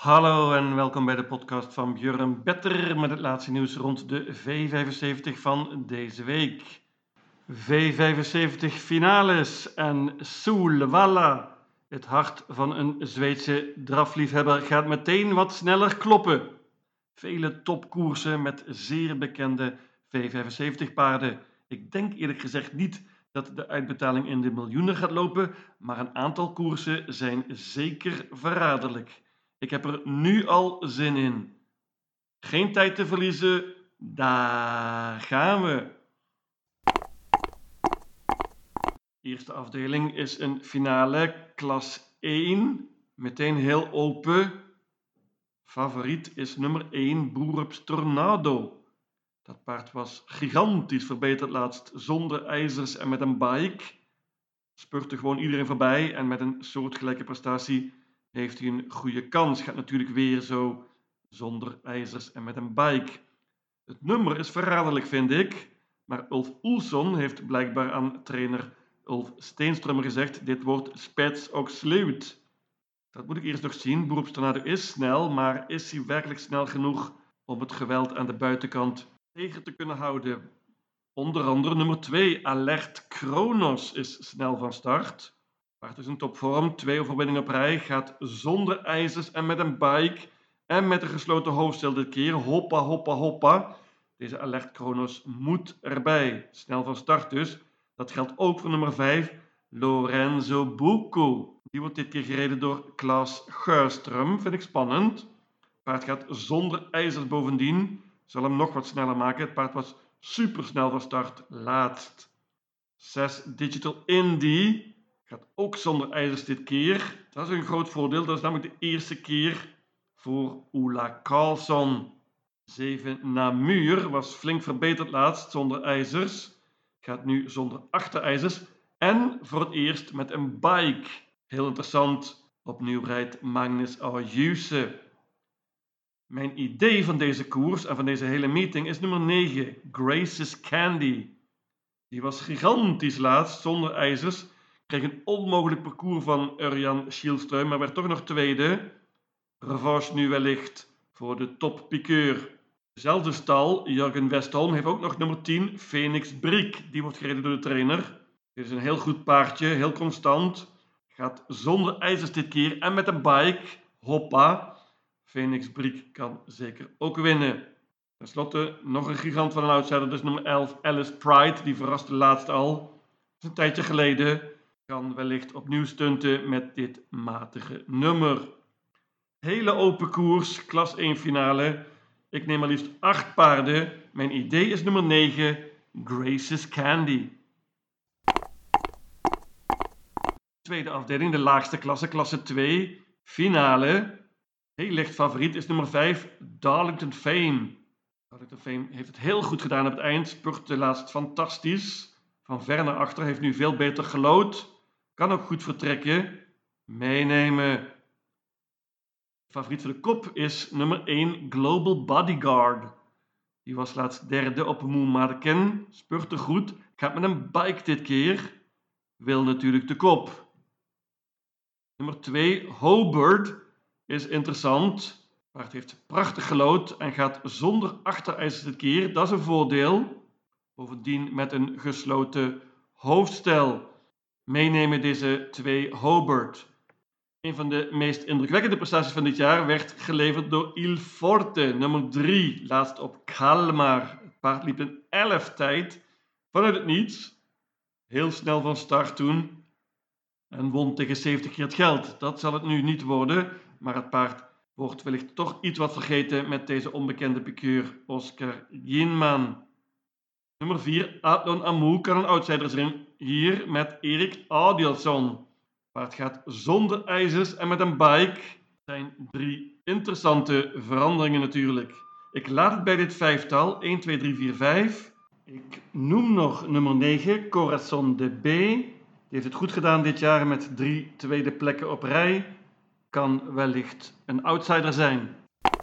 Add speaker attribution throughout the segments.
Speaker 1: Hallo en welkom bij de podcast van Björn Better met het laatste nieuws rond de V75 van deze week. V75 finales en Solvalla, het hart van een Zweedse drafliefhebber, gaat meteen wat sneller kloppen. Vele topkoersen met zeer bekende V75 paarden. Ik denk eerlijk gezegd niet dat de uitbetaling in de miljoenen gaat lopen, maar een aantal koersen zijn zeker verraderlijk. Ik heb er nu al zin in. Geen tijd te verliezen, daar gaan we. Eerste afdeling is een finale, klas 1. Meteen heel open. Favoriet is nummer 1, Boerups Tornado. Dat paard was gigantisch verbeterd laatst, zonder ijzers en met een bike. Spurte gewoon iedereen voorbij en met een soortgelijke prestatie heeft hij een goede kans. Gaat natuurlijk weer zo zonder ijzers en met een bike. Het nummer is verraderlijk, vind ik. Maar Ulf Oelsson heeft blijkbaar aan trainer Ulf Steenströmer gezegd: dit wordt spets ook sluit. Dat moet ik eerst nog zien. Boerups Tornado is snel, maar is hij werkelijk snel genoeg om het geweld aan de buitenkant tegen te kunnen houden? Onder andere nummer 2, Alert Kronos, is snel van start. Paard is in topvorm, 2 overwinningen op rij, gaat zonder ijzers en met een bike en met een gesloten hoofdstel dit keer. Hoppa, hoppa, hoppa. Deze Alert Kronos moet erbij. Snel van start dus. Dat geldt ook voor nummer 5, Lorenzo Bucco. Die wordt dit keer gereden door Klaas Geurström. Vind ik spannend. Paard gaat zonder ijzers bovendien. Zal hem nog wat sneller maken. Het paard was supersnel van start laatst. 6 Digital Indie. Gaat ook zonder ijzers dit keer. Dat is een groot voordeel. Dat is namelijk de eerste keer voor Ola Karlsson. 7 Namur was flink verbeterd laatst zonder ijzers. Gaat nu zonder achterijzers. En voor het eerst met een bike. Heel interessant. Opnieuw rijdt Magnus Ayuse. Mijn idee van deze koers en van deze hele meeting is nummer 9, Grace's Candy. Die was gigantisch laatst, zonder ijzers. Kreeg een onmogelijk parcours van Urjan Schielström, maar werd toch nog tweede. Revanche nu wellicht voor de toppiqueur. Dezelfde stal, Jurgen Westholm, heeft ook nog nummer 10, Phoenix Brick. Die wordt gereden door de trainer. Dit is een heel goed paardje, heel constant. Gaat zonder ijzers dit keer en met een bike. Hoppa. Phoenix Brick kan zeker ook winnen. Ten slotte nog een gigant van een outsider, dus nummer 11, Alice Pride. Die verraste laatst al. Dat is een tijdje geleden. Kan wellicht opnieuw stunten met dit matige nummer. Hele open koers, klas 1 finale. Ik neem maar liefst 8 paarden. Mijn idee is nummer 9, Grace's Candy. Tweede afdeling, de laagste klasse, klasse 2, finale. Heel licht favoriet is nummer 5, Darlington Fame. Darlington Fame heeft het heel goed gedaan op het eind. Spurte laatst fantastisch. Van ver naar achter, heeft nu veel beter gelood. Kan ook goed vertrekken. Meenemen. Favoriet voor de kop is nummer 1, Global Bodyguard. Die was laatst derde op Moermarken. Spurte goed. Gaat met een bike dit keer. Wil natuurlijk de kop. Nummer 2, Hobart, is interessant. Paard heeft prachtig gelood en gaat zonder achterijzers dit keer. Dat is een voordeel. Bovendien met een gesloten hoofdstel. Meenemen deze 2 Hobart. Een van de meest indrukwekkende prestaties van dit jaar werd geleverd door Il Forte, nummer 3, laatst op Kalmar. Het paard liep een 11 tijd vanuit het niets. Heel snel van start toen. En won tegen 70 keer het geld. Dat zal het nu niet worden, maar het paard wordt wellicht toch iets wat vergeten met deze onbekende piqueur Oscar Jinman. Nummer 4, Adlon Amou, kan een outsider zijn hier met Erik Adielsson. Paard gaat zonder ijzers en met een bike. Dat zijn 3 interessante veranderingen natuurlijk. Ik laat het bij dit vijftal, 1, 2, 3, 4, 5. Ik noem nog nummer 9, Corazon de B. Die heeft het goed gedaan dit jaar met 3 tweede plekken op rij. Kan wellicht een outsider zijn.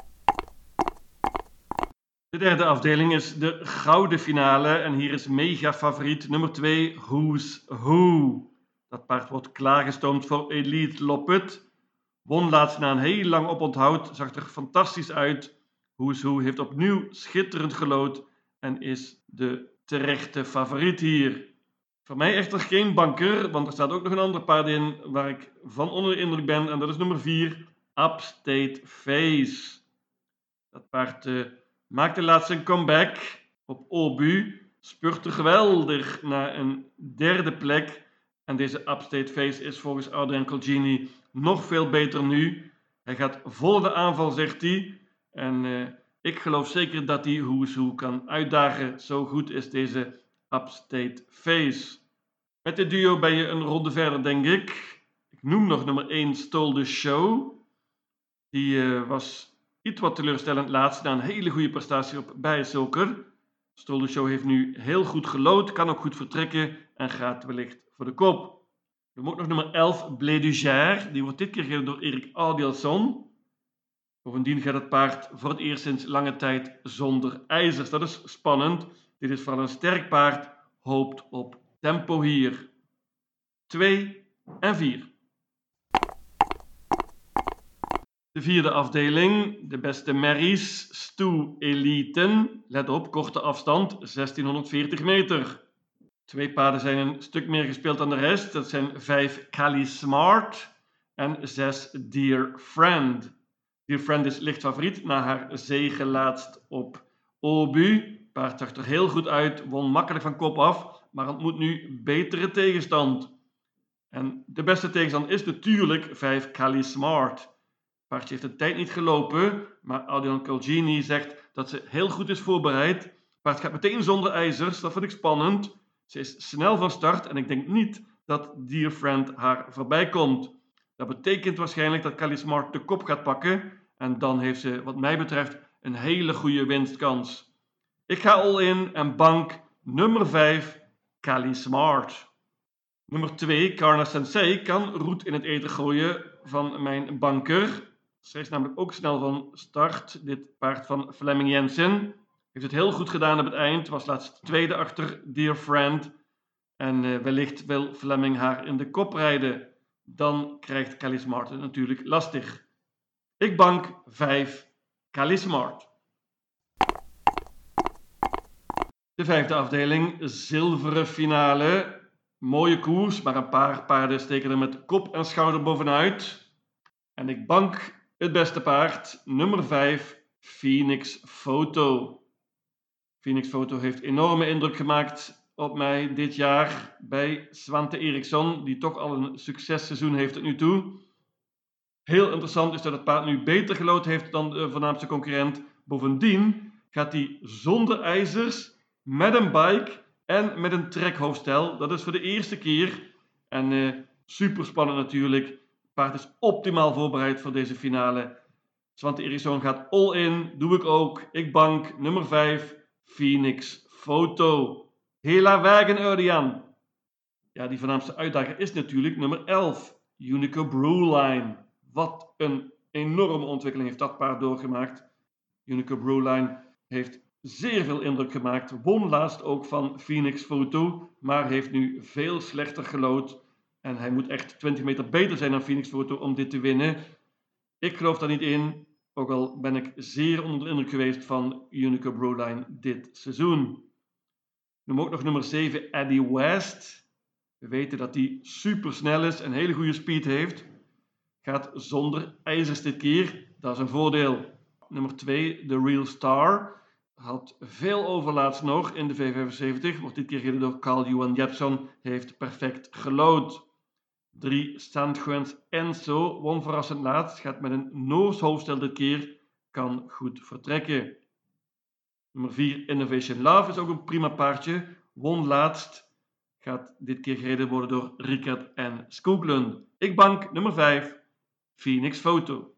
Speaker 1: De derde afdeling is de gouden finale en hier is mega favoriet nummer 2, Who's Who. Dat paard wordt klaargestoomd voor Elite Loppet. Won laatst na een heel lang oponthoud, zag er fantastisch uit. Who's heeft opnieuw schitterend gelood en is de terechte favoriet hier. Voor mij echter geen banker, want er staat ook nog een ander paard in waar ik van onder de indruk ben en dat is nummer 4, Upstate Face. Dat paard maakte laatst een comeback op Obu, spurte geweldig naar een derde plek. En deze Upstate Face is volgens Adrian Colgjini nog veel beter nu. Hij gaat vol de aanval, zegt hij. En ik geloof zeker dat hij Who's kan uitdagen. Zo goed is deze Upstate Face. Met dit duo ben je een ronde verder, denk ik. Ik noem nog nummer 1, Stole the Show. Die was iets wat teleurstellend laatst na een hele goede prestatie op Bijensulker. Stole the Show heeft nu heel goed gelood, kan ook goed vertrekken en gaat wellicht voor de kop. We hebben ook nog nummer 11, Blé du Gers. Die wordt dit keer gereden door Erik Adielson. Bovendien gaat het paard voor het eerst sinds lange tijd zonder ijzers. Dat is spannend. Dit is vooral een sterk paard, hoopt op tempo hier. 2 en 4. De vierde afdeling, de beste merries, Stoe Eliten. Let op, korte afstand, 1640 meter. 2 paarden zijn een stuk meer gespeeld dan de rest. Dat zijn 5 Cali Smart en 6 Dear Friend. Dear Friend is licht favoriet na haar zege laatst op Obu. Paard zag er heel goed uit, won makkelijk van kop af, maar ontmoet nu betere tegenstand. En de beste tegenstand is natuurlijk 5 Cali Smart. Paardje heeft de tijd niet gelopen, maar Adrian Colgjini zegt dat ze heel goed is voorbereid. Paard gaat meteen zonder ijzers, dat vind ik spannend. Ze is snel van start en ik denk niet dat Dear Friend haar voorbij komt. Dat betekent waarschijnlijk dat Cali Smart de kop gaat pakken en dan heeft ze wat mij betreft een hele goede winstkans. Ik ga all in en bank nummer 5, Cali Smart. Nummer 2, Karna Sensei, kan roet in het eten gooien van mijn banker. Zij is namelijk ook snel van start. Dit paard van Flemming Jensen heeft het heel goed gedaan op het eind. Was laatst tweede achter Dear Friend. En wellicht wil Flemming haar in de kop rijden. Dan krijgt Cali Smart het natuurlijk lastig. Ik bank 5, Cali Smart. De vijfde afdeling, zilveren finale. Mooie koers, maar een paar paarden steken er met kop en schouder bovenuit. En ik bank het beste paard, nummer 5, Phoenix Photo. Phoenix Photo heeft enorme indruk gemaakt op mij dit jaar bij Svante Eriksson, die toch al een successeizoen heeft tot nu toe. Heel interessant is dat het paard nu beter gelood heeft dan de voornaamste concurrent. Bovendien gaat hij zonder ijzers, met een bike en met een trekhoofdstel. Dat is voor de eerste keer. En super spannend natuurlijk. Het paard is optimaal voorbereid voor deze finale. Svante Eriksson gaat all in. Doe ik ook. Ik bank nummer 5, Phoenix Photo. Hela wagen Örjan. Ja, die voornaamste uitdager is natuurlijk nummer 11, Unico Brewline. Wat een enorme ontwikkeling heeft dat paard doorgemaakt. Unico Brewline heeft zeer veel indruk gemaakt. Won laatst ook van Phoenix Photo, maar heeft nu veel slechter gelood. En hij moet echt 20 meter beter zijn dan Phoenix Photo om dit te winnen. Ik geloof daar niet in, ook al ben ik zeer onder de indruk geweest van Unico Brewline dit seizoen. Noem ook nog nummer 7, Eddie West. We weten dat hij super snel is en hele goede speed heeft. Gaat zonder ijzers dit keer. Dat is een voordeel. Nummer 2, The Real Star. Had veel overlaatst nog in de V75. Wordt dit keer gereden door Carl-Johan Jeppsson. Heeft perfect gelood. 3, Sandgrens Enzo. Won verrassend laatst. Gaat met een Noors hoofdstel dit keer. Kan goed vertrekken. Nummer 4, Innovation Love is ook een prima paardje. Won laatst. Gaat dit keer gereden worden door Rickert en Skoglund. Ik bank nummer 5, Phoenix Photo.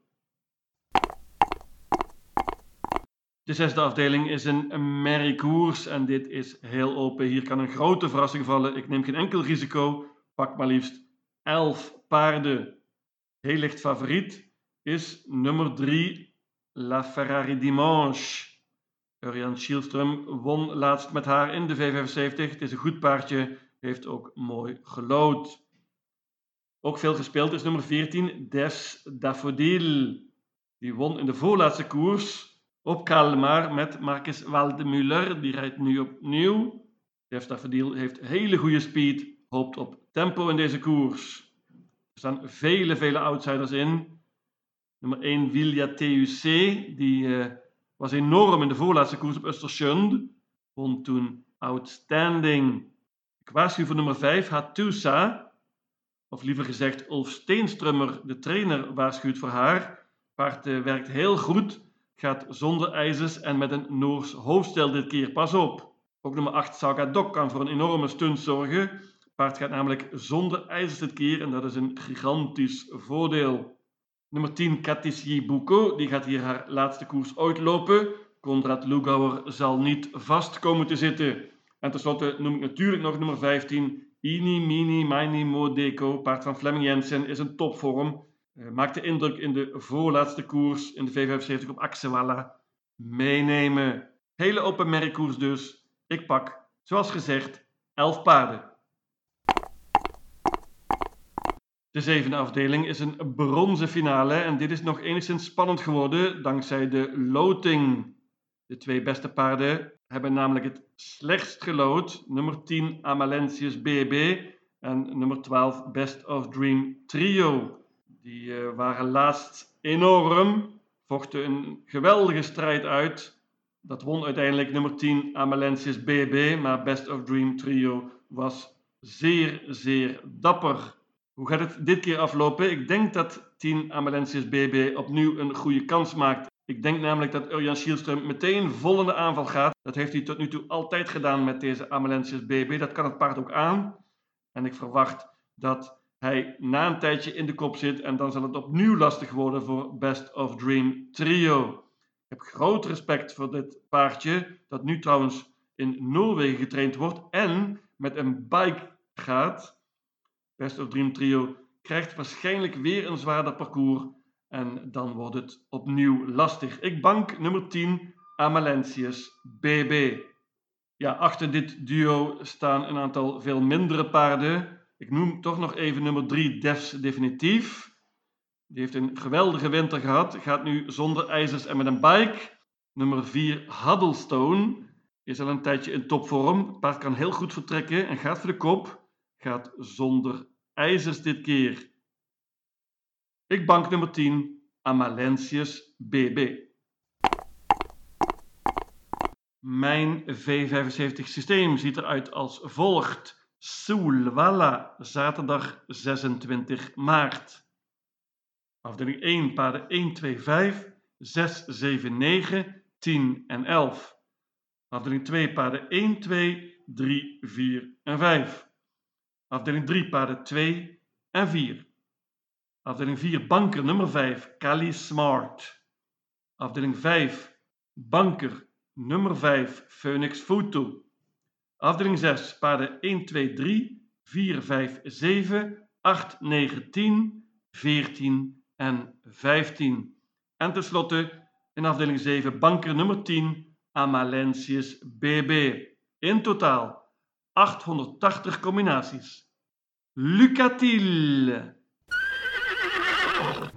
Speaker 1: De zesde afdeling is een merriekoers en dit is heel open. Hier kan een grote verrassing vallen. Ik neem geen enkel risico. Pak maar liefst 11 paarden. Heel licht favoriet is nummer 3, La Ferrari Dimanche. Örjan Kihlström won laatst met haar in de V75. Het is een goed paardje, heeft ook mooi gelood. Ook veel gespeeld is nummer 14, Des Daffodil. Die won in de voorlaatste koers op Kalmar met Marcus Waldemüller. Die rijdt nu opnieuw. Des Daffodil heeft hele goede speed, hoopt op tempo in deze koers. Er staan vele outsiders in. Nummer 1, Vilja TUC. Die was enorm in de voorlaatste koers op Östersund. Won toen Outstanding. Ik waarschuw voor nummer 5, Hattusa. Of liever gezegd, Ulf Steenstrummer, de trainer, waarschuwt voor haar. Paard werkt heel goed, gaat zonder ijzers en met een Noors hoofdstel dit keer. Pas op. Ook nummer 8, Sagadok, kan voor een enorme stunt zorgen. Paard gaat namelijk zonder ijzers dit keer en dat is een gigantisch voordeel. Nummer 10, Katisji Buko, die gaat hier haar laatste koers uitlopen. Konrad Lugauer zal niet vast komen te zitten. En tenslotte noem ik natuurlijk nog nummer 15, Ini Mini Mini Modeko, paard van Flemming Jensen, is een topvorm. Maakte indruk in de voorlaatste koers in de V75 op Axevalla. Meenemen. Hele open merkkoers dus. Ik pak, zoals gezegd, 11 paarden. De zevende afdeling is een bronzen finale en dit is nog enigszins spannend geworden dankzij de loting. De 2 beste paarden hebben namelijk het slechtst gelood. Nummer 10 Amalensius BB en nummer 12 Best of Dream Trio. Die waren laatst enorm, vochten een geweldige strijd uit. Dat won uiteindelijk nummer 10 Amalensius BB, maar Best of Dream Trio was zeer dapper. Hoe gaat het dit keer aflopen? Ik denk dat 10 Amalensius BB opnieuw een goede kans maakt. Ik denk namelijk dat Urjan Kihlström meteen vol in de aanval gaat. Dat heeft hij tot nu toe altijd gedaan met deze Amalensius BB. Dat kan het paard ook aan. En ik verwacht dat hij na een tijdje in de kop zit en dan zal het opnieuw lastig worden voor Best of Dream Trio. Ik heb groot respect voor dit paardje, dat nu trouwens in Noorwegen getraind wordt en met een bike gaat. Best of Dream Trio krijgt waarschijnlijk weer een zwaarder parcours en dan wordt het opnieuw lastig. Ik bank nummer 10 Amalensius BB. Ja, achter dit duo staan een aantal veel mindere paarden. Ik noem toch nog even nummer 3 Devs Definitief. Die heeft een geweldige winter gehad, gaat nu zonder ijzers en met een bike. Nummer 4 Huddlestone is al een tijdje in topvorm. Het paard kan heel goed vertrekken en gaat voor de kop. Gaat zonder ijzers dit keer. Ik bank nummer 10 Amalensius BB. Mijn V75 systeem ziet eruit als volgt. Solvalla, zaterdag 26 maart. Afdeling 1, paarden 1, 2, 5, 6, 7, 9, 10 en 11. Afdeling 2, paarden 1, 2, 3, 4 en 5. Afdeling 3, paarden 2 en 4. Afdeling 4, banker nummer 5, Kali Smart. Afdeling 5, banker nummer 5, Phoenix Photo. Afdeling 6, paarden 1, 2, 3, 4, 5, 7, 8, 9, 10, 14 en 15. En tenslotte in afdeling 7, banker nummer 10, Amalensius BB. In totaal 880 combinaties. Lucatil!